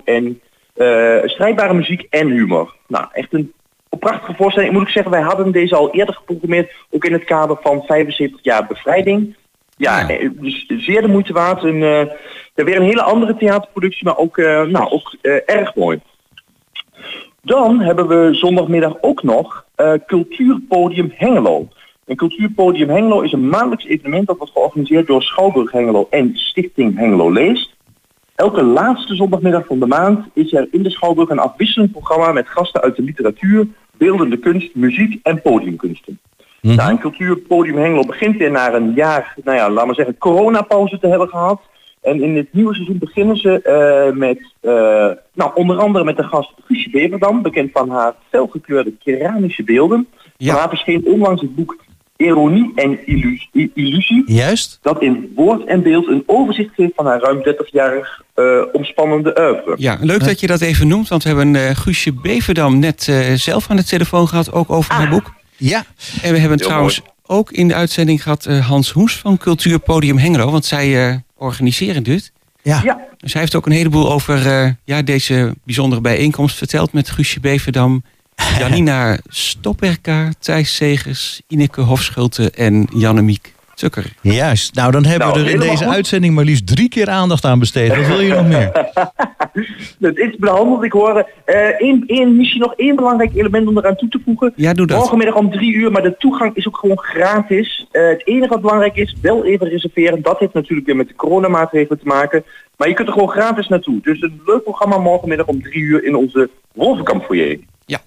muziek en humor. Nou, echt een prachtige voorstelling. Moet ik zeggen, wij hadden deze al eerder geprogrammeerd, ook in het kader van 75 jaar bevrijding. Ja, dus zeer de moeite waard. Weer een hele andere theaterproductie, maar ook erg mooi. Dan hebben we zondagmiddag ook nog Cultuurpodium Hengelo. En Cultuurpodium Hengelo is een maandelijks evenement dat wordt georganiseerd door Schouwburg Hengelo en Stichting Hengelo Leest. Elke laatste zondagmiddag van de maand is er in de Schouwburg een afwisselend programma met gasten uit de literatuur, beeldende kunst, muziek en podiumkunsten. Nou, een cultuurpodium Hengelo begint weer na een jaar, laten we zeggen, coronapauze te hebben gehad. En in het nieuwe seizoen beginnen ze met onder andere met de gast Guusje Beverdam, bekend van haar felgekleurde keramische beelden. Ja. Van haar verscheen onlangs het boek Ironie en Illusie. Juist. Dat in woord en beeld een overzicht geeft van haar ruim 30-jarig omspannende oeuvre. Ja, leuk dat je dat even noemt, want we hebben Guusje Beverdam net zelf aan de telefoon gehad, ook over haar boek. Ja. En we hebben trouwens ook in de uitzending gehad Hans Hoes van Cultuurpodium Hengelo, want zij organiseren dit. Ja. Dus hij heeft ook een heleboel over deze bijzondere bijeenkomst verteld met Guusje Beverdam, Janina Stopperka, Thijs Segers, Ineke Hofschulte en Jannemiek Tukker. Juist. Nou, dan hebben we er in deze uitzending maar liefst 3 keer aandacht aan besteed. Wat wil je nog meer? Het is behandeld. Ik hoorde misschien nog één belangrijk element om eraan toe te voegen. Ja, doe dat. Morgenmiddag om 3 uur, maar de toegang is ook gewoon gratis. Het enige wat belangrijk is, wel even reserveren. Dat heeft natuurlijk weer met de coronamaatregelen te maken. Maar je kunt er gewoon gratis naartoe. Dus een leuk programma morgenmiddag om 3 uur in onze Wolvenkamp foyer. Ja.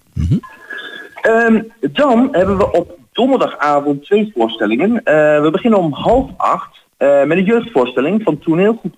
Dan hebben we op donderdagavond 2 voorstellingen. We beginnen om 7:30 met een jeugdvoorstelling van toneelgroep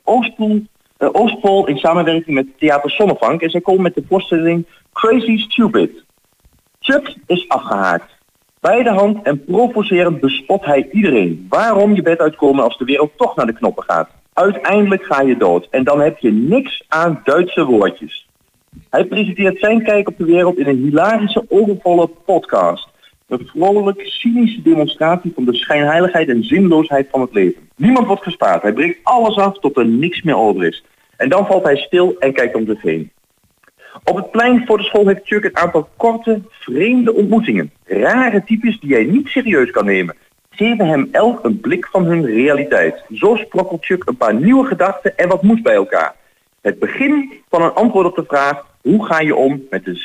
Oostpool in samenwerking met Theater Zonnevank. En zij komen met de voorstelling Crazy Stupid. Chuck is afgehaakt. Bij de hand en provocerend bespot hij iedereen. Waarom je bed uitkomen als de wereld toch naar de knoppen gaat? Uiteindelijk ga je dood en dan heb je niks aan Duitse woordjes. Hij presenteert zijn kijk op de wereld in een hilarische, overvolle podcast. Een vrolijk, cynische demonstratie van de schijnheiligheid en zinloosheid van het leven. Niemand wordt gespaard. Hij breekt alles af tot er niks meer over is. En dan valt hij stil en kijkt om zich heen. Op het plein voor de school heeft Chuck een aantal korte, vreemde ontmoetingen. Rare types die hij niet serieus kan nemen. Geven hem elk een blik van hun realiteit. Zo sprokkelt Chuck een paar nieuwe gedachten en wat moest bij elkaar. Het begin van een antwoord op de vraag: hoe ga je om met de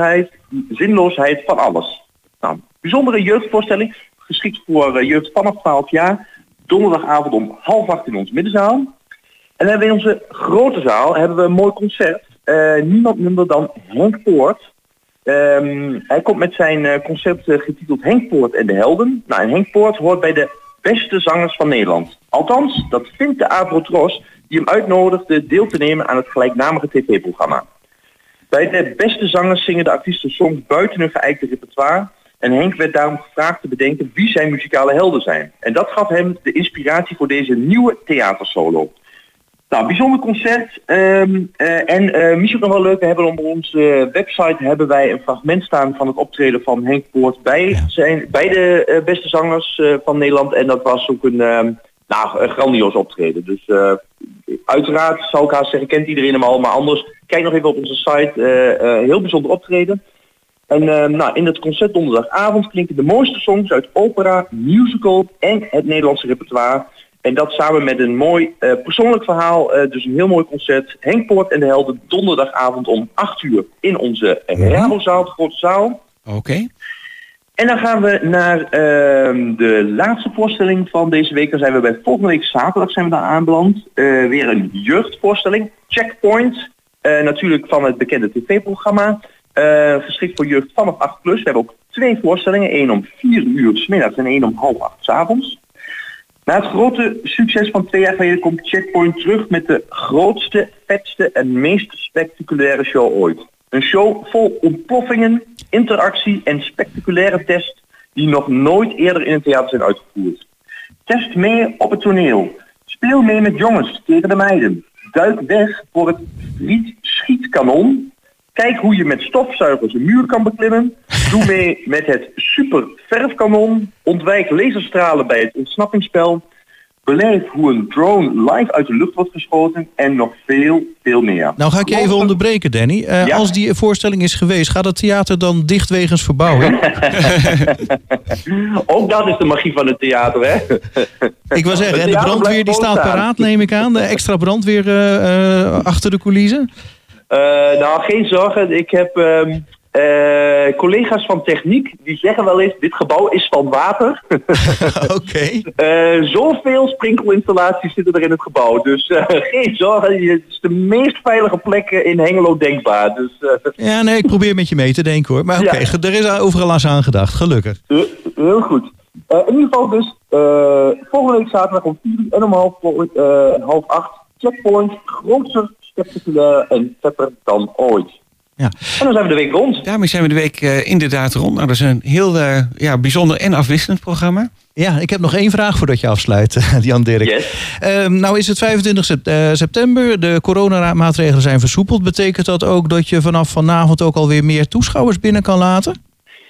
zinloosheid van alles? Nou, bijzondere jeugdvoorstelling, geschikt voor jeugd vanaf 12 jaar. Donderdagavond om 7:30 in ons middenzaal. En dan hebben we in onze grote zaal een mooi concert. Niemand minder dan Henk Poort. Hij komt met zijn concert getiteld Henk Poort en de Helden. Nou, en Henk Poort hoort bij de beste zangers van Nederland. Althans, dat vindt de Avrotros, die hem uitnodigde deel te nemen aan het gelijknamige tv-programma. Bij de beste zangers zingen de artiesten songs buiten hun geëikte repertoire. En Henk werd daarom gevraagd te bedenken wie zijn muzikale helden zijn. En dat gaf hem de inspiratie voor deze nieuwe theatersolo. Nou, bijzonder concert. Misschien nog wel leuk, we hebben op onze website hebben wij een fragment staan van het optreden van Henk Poort bij de beste zangers van Nederland. En dat was ook een grandioos optreden. Dus uiteraard zou ik haast zeggen, kent iedereen hem al. Maar anders, kijk nog even op onze site. Heel bijzonder optreden. En in het concert donderdagavond klinken de mooiste songs uit opera, musical en het Nederlandse repertoire. En dat samen met een mooi persoonlijk verhaal. Dus een heel mooi concert. Henk Poort en de Helden donderdagavond om 8:00 in onze Rabozaal, de grote zaal. Oké. En dan gaan we naar de laatste voorstelling van deze week. Dan zijn we bij volgende week zaterdag zijn we daar aanbeland. Weer een jeugdvoorstelling. Checkpoint. Natuurlijk van het bekende tv-programma. Geschikt voor jeugd vanaf 8+. We hebben ook 2 voorstellingen. 1 om 4:00 's middags en 1 om 7:30 's avonds. Na het grote succes van 2 jaar geleden komt Checkpoint terug met de grootste, vetste en meest spectaculaire show ooit. Een show vol ontploffingen, interactie en spectaculaire tests die nog nooit eerder in het theater zijn uitgevoerd. Test mee op het toneel. Speel mee met jongens tegen de meiden. Duik weg voor het schietkanon. Kijk hoe je met stofzuigers een muur kan beklimmen. Doe mee met het super verfkanon. Ontwijk laserstralen bij het ontsnappingsspel. Beleef hoe een drone live uit de lucht wordt geschoten. En nog veel, veel meer. Nou ga ik je even onderbreken, Danny. Als die voorstelling is geweest, gaat het theater dan dicht wegens verbouwing? Ook dat is de magie van het theater, hè? Ik wil zeggen, en de brandweer die staat paraat, neem ik aan. De extra brandweer achter de coulissen? Geen zorgen. Ik heb collega's van techniek, die zeggen wel eens, dit gebouw is van water. Oké. Zoveel sprinkelinstallaties zitten er in het gebouw. Dus geen zorgen, het is de meest veilige plek in Hengelo denkbaar. Dus, Ja, nee, ik probeer met je mee te denken hoor. Maar oké, er is overal aan gedacht, gelukkig. Heel goed. In ieder geval dus, volgende week zaterdag om 4 en om half 8, checkpoint, groter, spectaculair en vetter dan ooit. Ja. En dan zijn we de week rond. Daarmee zijn we de week inderdaad rond. Nou, dat is een heel bijzonder en afwisselend programma. Ja, ik heb nog 1 vraag voordat je afsluit, Jan-Dirk. Yes. Nou is het 25 september, de coronamaatregelen zijn versoepeld. Betekent dat ook dat je vanaf vanavond ook alweer meer toeschouwers binnen kan laten?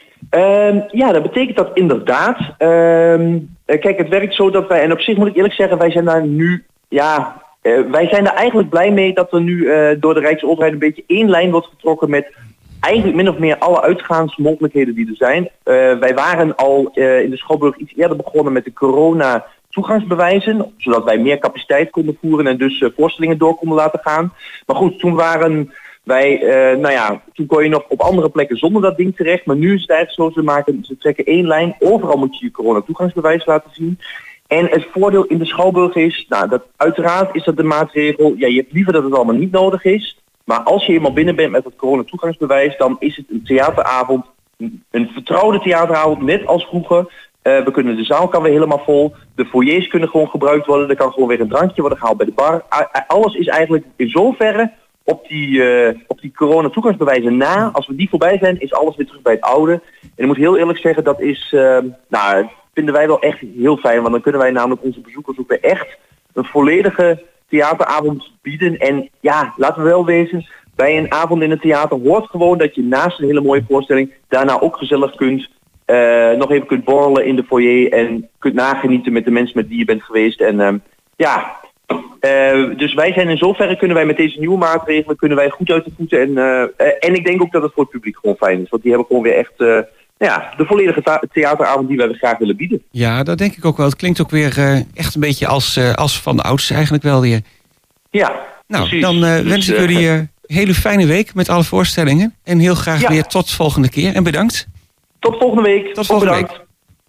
Ja, dat betekent dat inderdaad. Kijk, het werkt zo dat wij, en op zich moet ik eerlijk zeggen, wij zijn daar nu, wij zijn er eigenlijk blij mee dat er nu door de Rijksoverheid een beetje één lijn wordt getrokken met eigenlijk min of meer alle uitgaansmogelijkheden die er zijn. Wij waren al in de Schouwburg iets eerder begonnen met de corona toegangsbewijzen, zodat wij meer capaciteit konden voeren en dus voorstellingen door konden laten gaan. Maar goed, toen waren wij, toen kon je nog op andere plekken zonder dat ding terecht, maar nu is het eigenlijk zo, ze trekken één lijn, overal moet je je corona toegangsbewijs laten zien. En het voordeel in de Schouwburg is, dat uiteraard is dat de maatregel, je hebt liever dat het allemaal niet nodig is, maar als je eenmaal binnen bent met het corona toegangsbewijs, dan is het een theateravond, een vertrouwde theateravond, net als vroeger. De zaal kan weer helemaal vol, de foyers kunnen gewoon gebruikt worden, er kan gewoon weer een drankje worden gehaald bij de bar. Alles is eigenlijk in zoverre op die corona toegangsbewijzen na, als we die voorbij zijn, is alles weer terug bij het oude. En ik moet heel eerlijk zeggen, dat is, vinden wij wel echt heel fijn, want dan kunnen wij namelijk onze bezoekers ook weer echt een volledige theateravond bieden. En ja, laten we wel wezen, bij een avond in het theater hoort gewoon dat je naast een hele mooie voorstelling daarna ook gezellig nog even kunt borrelen in de foyer en kunt nagenieten met de mensen met wie je bent geweest. En dus wij zijn in zoverre, kunnen wij met deze nieuwe maatregelen goed uit de voeten. En ik denk ook dat het voor het publiek gewoon fijn is. Want die hebben gewoon weer echt de volledige theateravond die wij graag willen bieden. Ja, dat denk ik ook wel. Het klinkt ook weer echt een beetje als van de ouds eigenlijk wel weer. Ja, nou, precies. Dan wens ik jullie een hele fijne week met alle voorstellingen. En heel graag weer tot volgende keer. En bedankt. Tot volgende week. Tot volgende week.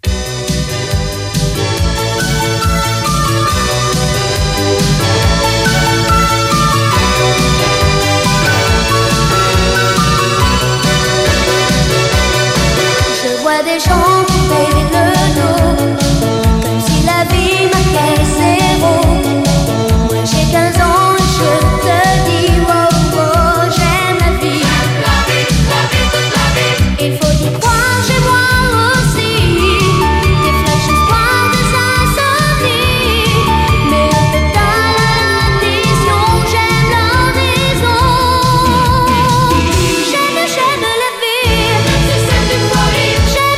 Des gens couper le dos, comme si la vie marquait zéro. Moi j'ai 15 ans et je te dis, wow, wow, j'aime la vie. La vie, la vie, toute la vie. Il faut y croire, j'ai moi aussi. Des flashs d'espoir, des insomnies. Mais un peu dans l'addition, j'aime l'horizon. J'aime la vie. C'est une folie.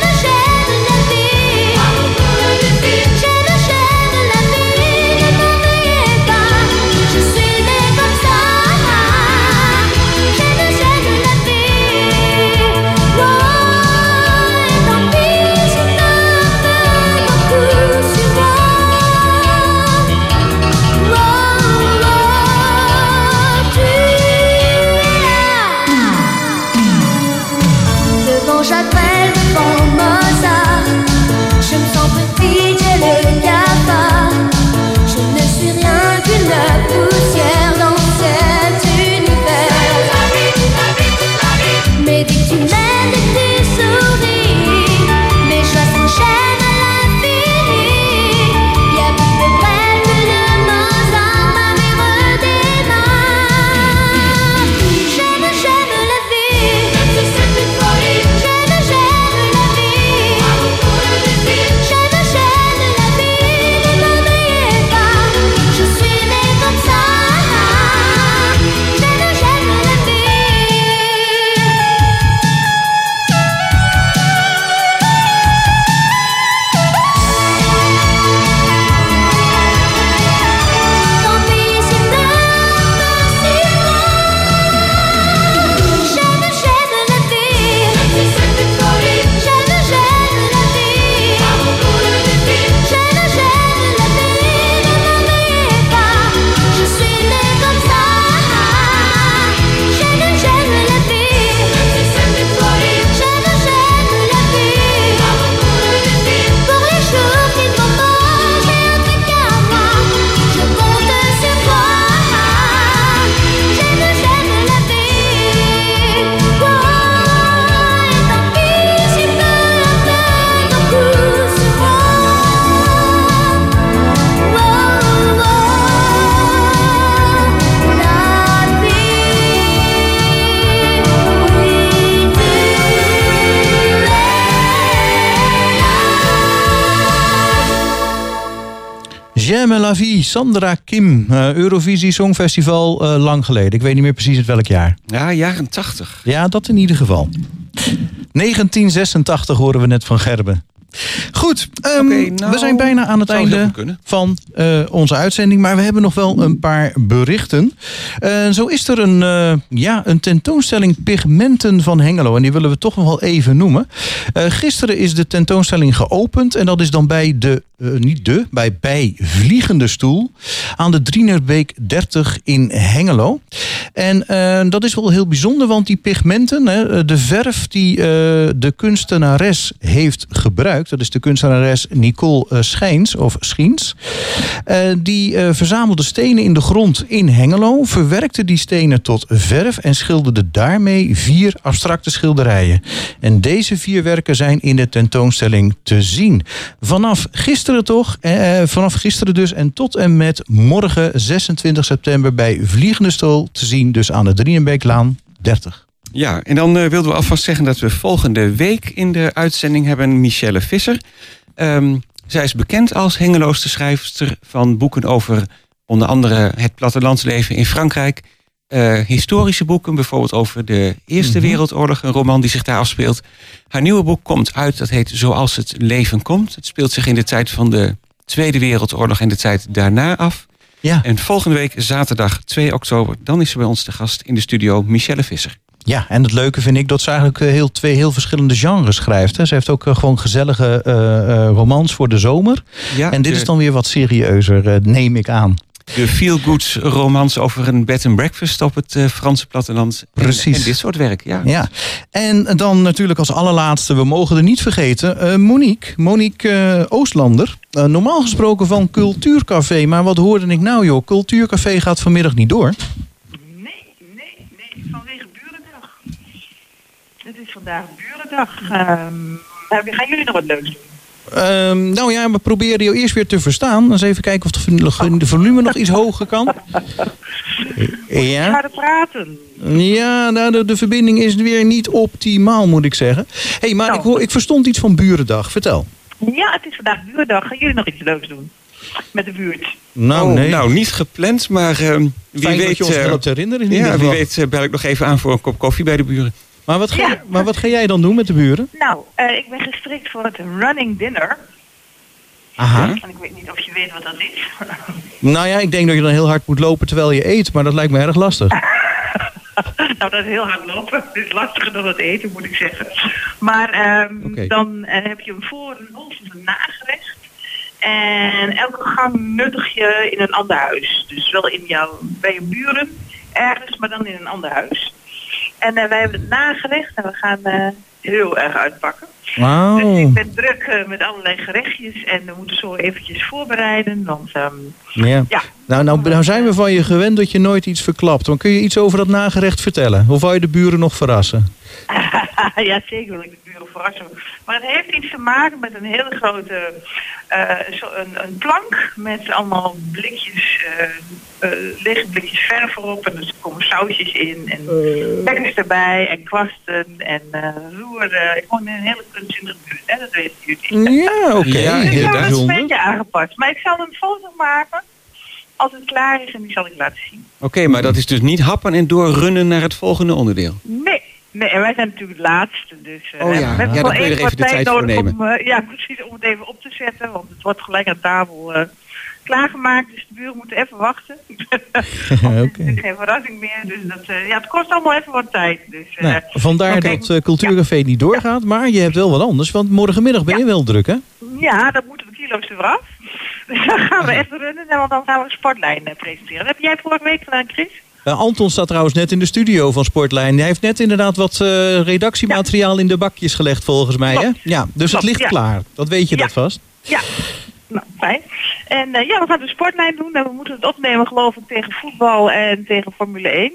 J'appelle devant Mozart. Je me sens petite, j'ai le cafard. Je ne suis rien qu'une poussière dans cet univers. Mais dès que tu m'aimes, dès que tu souris, mes joies s'enchaînent à l'infini. Y'a plus de brel que de Mozart, ma mère démarre. J'aime la vie. C'est une folie. J'aime J'aime la vie, Sandra Kim. Eurovisie Songfestival, lang geleden. Ik weet niet meer precies uit welk jaar. Ja, jaren 80. Ja, dat in ieder geval. 1986 horen we net van Gerben. Goed, we zijn bijna aan het einde van onze uitzending. Maar we hebben nog wel een paar berichten. Zo is er een tentoonstelling Pigmenten van Hengelo. En die willen we toch nog wel even noemen. Gisteren is de tentoonstelling geopend. En dat is dan bij bij Vliegende Stoel. Aan de Drienerbeek 30 in Hengelo. En dat is wel heel bijzonder. Want die pigmenten, de verf die de kunstenares heeft gebruikt. Dat is de kunstenares Nicole Schiens. Die verzamelde stenen in de grond in Hengelo. Verwerkte die stenen tot verf. En schilderde daarmee 4 abstracte schilderijen. En deze 4 werken zijn in de tentoonstelling te zien. Vanaf gisteren dus en tot en met morgen 26 september bij Vliegende Stoel te zien. Dus aan de Drienerbeeklaan 30. Ja, en dan wilden we alvast zeggen dat we volgende week in de uitzending hebben Michelle Visser. Zij is bekend als Hengeloze schrijfster van boeken over onder andere het plattelandsleven in Frankrijk. Historische boeken, bijvoorbeeld over de Eerste Wereldoorlog, een roman die zich daar afspeelt. Haar nieuwe boek komt uit, dat heet Zoals het leven komt. Het speelt zich in de tijd van de Tweede Wereldoorlog en de tijd daarna af. Ja. En volgende week, zaterdag 2 oktober, dan is ze bij ons te gast in de studio Michelle Visser. Ja, en het leuke vind ik dat ze eigenlijk twee heel verschillende genres schrijft. Hè. Ze heeft ook gewoon gezellige romans voor de zomer. Ja, en dit is dan weer wat serieuzer, neem ik aan. De feel-good romans over een bed and breakfast op het Franse platteland. Precies. En dit soort werk, ja. En dan natuurlijk als allerlaatste, we mogen er niet vergeten, Monique Oostlander. Normaal gesproken van Cultuurcafé, maar wat hoorde ik nou joh? Cultuurcafé gaat vanmiddag niet door. Nee, vanwege Burendag. Het is vandaag Burendag. Gaan jullie nog wat leuks doen? Nou ja, we proberen je eerst weer te verstaan. Eens even kijken of de volume nog iets hoger kan. Ja. Ga er praten. Ja, nou, de verbinding is weer niet optimaal, moet ik zeggen. Hey, maar ik verstond iets van Burendag. Vertel. Ja, het is vandaag Burendag. Gaan jullie nog iets leuks doen? Met de buurt? Nee. Nou, niet gepland, maar wie weet... dat je ons helpt herinneren. Wie weet bel ik nog even aan voor een kop koffie bij de buren. Maar wat ga jij dan doen met de buren? Nou, ik ben gestrikt voor het running dinner. Aha. En ik weet niet of je weet wat dat is. Nou ja, ik denk dat je dan heel hard moet lopen terwijl je eet. Maar dat lijkt me erg lastig. Nou, dat is heel hard lopen. Het is lastiger dan het eten, moet ik zeggen. Maar dan heb je een voor-, een over- en een nagerecht. En elke gang nuttig je in een ander huis. Dus wel bij je buren ergens, maar dan in een ander huis. En wij hebben het nagerecht en we gaan heel erg uitpakken. Wow. Dus ik ben druk met allerlei gerechtjes en we moeten zo eventjes voorbereiden. Want, ja. Nou zijn we van je gewend dat je nooit iets verklapt. Dan kun je iets over dat nagerecht vertellen? Of wou je de buren nog verrassen? Ja, zeker wil ik de buren verrassen. Maar het heeft iets te maken met een hele grote een plank met allemaal blikjes, lege blikjes verf erop. En er komen sausjes in en bekkers erbij en kwasten en roeren. Ik woon in een hele kunstzinnige buurt, hè? Dat weten jullie. Ja, oké. Ja, ik heb inderdaad. een beetje aangepast. Maar ik zal een foto maken als het klaar is en die zal ik laten zien. Oké, maar dat is dus niet happen en doorrunnen naar het volgende onderdeel? Nee, en wij zijn natuurlijk het laatste, dus we hebben dan wel kun je er even de tijd voor nemen. Om het even op te zetten, want het wordt gelijk aan tafel klaargemaakt, dus de buren moeten even wachten. Het is geen verrassing meer, dus het kost allemaal even wat tijd. Dus, vandaar dat Cultuurcafé niet doorgaat, maar je hebt wel wat anders, want morgenmiddag ben je wel druk, hè? Ja, dan moeten de kilo's er weer af. Dus dan gaan we even runnen, want dan gaan we een sportlijn presenteren. Dat heb jij vorige week gedaan, Chris? Anton staat trouwens net in de studio van Sportlijn. Hij heeft net inderdaad wat redactiemateriaal in de bakjes gelegd volgens mij. Hè? Ja, dus het ligt klaar. Dat weet je dat vast. Ja, nou fijn. En we gaan de Sportlijn doen. En we moeten het opnemen geloof ik tegen voetbal en tegen Formule 1.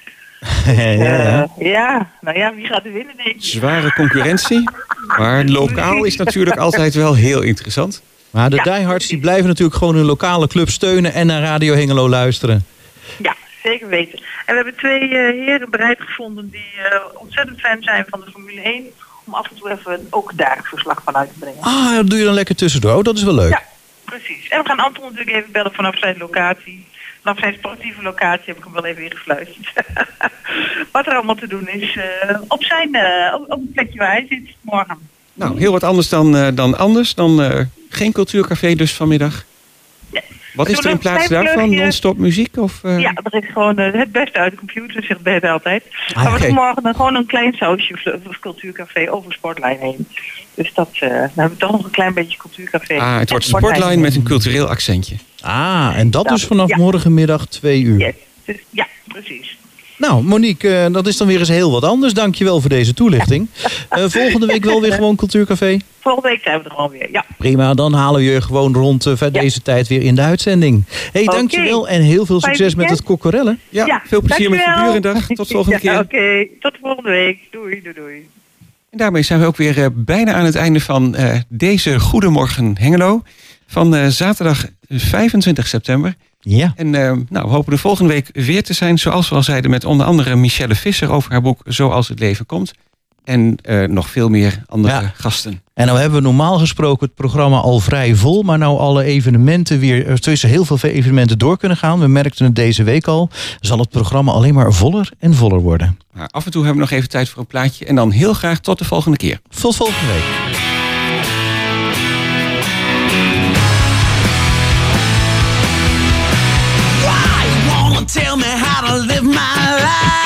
Wie gaat er winnen denk ik? Zware concurrentie. Maar lokaal is natuurlijk altijd wel heel interessant. Maar de diehards die blijven natuurlijk gewoon hun lokale club steunen en naar Radio Hengelo luisteren. Ja. Zeker weten. En we hebben 2 heren bereid gevonden die ontzettend fan zijn van de Formule 1. Om af en toe even ook daar verslag van uit te brengen. Dat doe je dan lekker tussendoor. Dat is wel leuk. precies. En we gaan Anton natuurlijk even bellen vanaf zijn locatie. Vanaf zijn sportieve locatie heb ik hem wel even ingefluisterd. Wat er allemaal te doen is op het plekje waar hij zit morgen. Nou, heel wat anders dan anders. Dan geen cultuurcafé dus vanmiddag. Ja. Wat is er in plaats daarvan? Non-stop muziek? Of, Ja, dat is gewoon het beste uit de computer, zegt Ben altijd. Ah, maar we oké. doen morgen gewoon een klein sausje cultuurcafé over Sportlijn heen. Dus dan hebben we toch nog een klein beetje cultuurcafé. Ah, het wordt Sportlijn met een cultureel accentje. En dat dus vanaf morgenmiddag 2 uur. Yes. Dus, ja, precies. Nou, Monique, dat is dan weer eens heel wat anders. Dankjewel voor deze toelichting. Volgende week wel weer gewoon cultuurcafé? Volgende week zijn we er gewoon weer, ja. Prima, dan halen we je gewoon rond deze tijd weer in de uitzending. Dankjewel en heel veel succes met het kokkerellen. Ja, veel plezier met je burendag. Tot volgende keer. Oké, tot volgende week. Doei. En daarmee zijn we ook weer bijna aan het einde van deze Goedemorgen Hengelo. Van zaterdag 25 september. Ja. En we hopen de volgende week weer te zijn, zoals we al zeiden, met onder andere Michelle Visser over haar boek Zoals het leven komt. En nog veel meer andere gasten. En nou hebben we normaal gesproken het programma al vrij vol, maar nou alle evenementen weer, tussen heel veel evenementen door kunnen gaan. We merkten het deze week al, zal het programma alleen maar voller en voller worden. Maar af en toe hebben we nog even tijd voor een plaatje. En dan heel graag tot de volgende keer. Tot volgende week. Tell me how to live my life.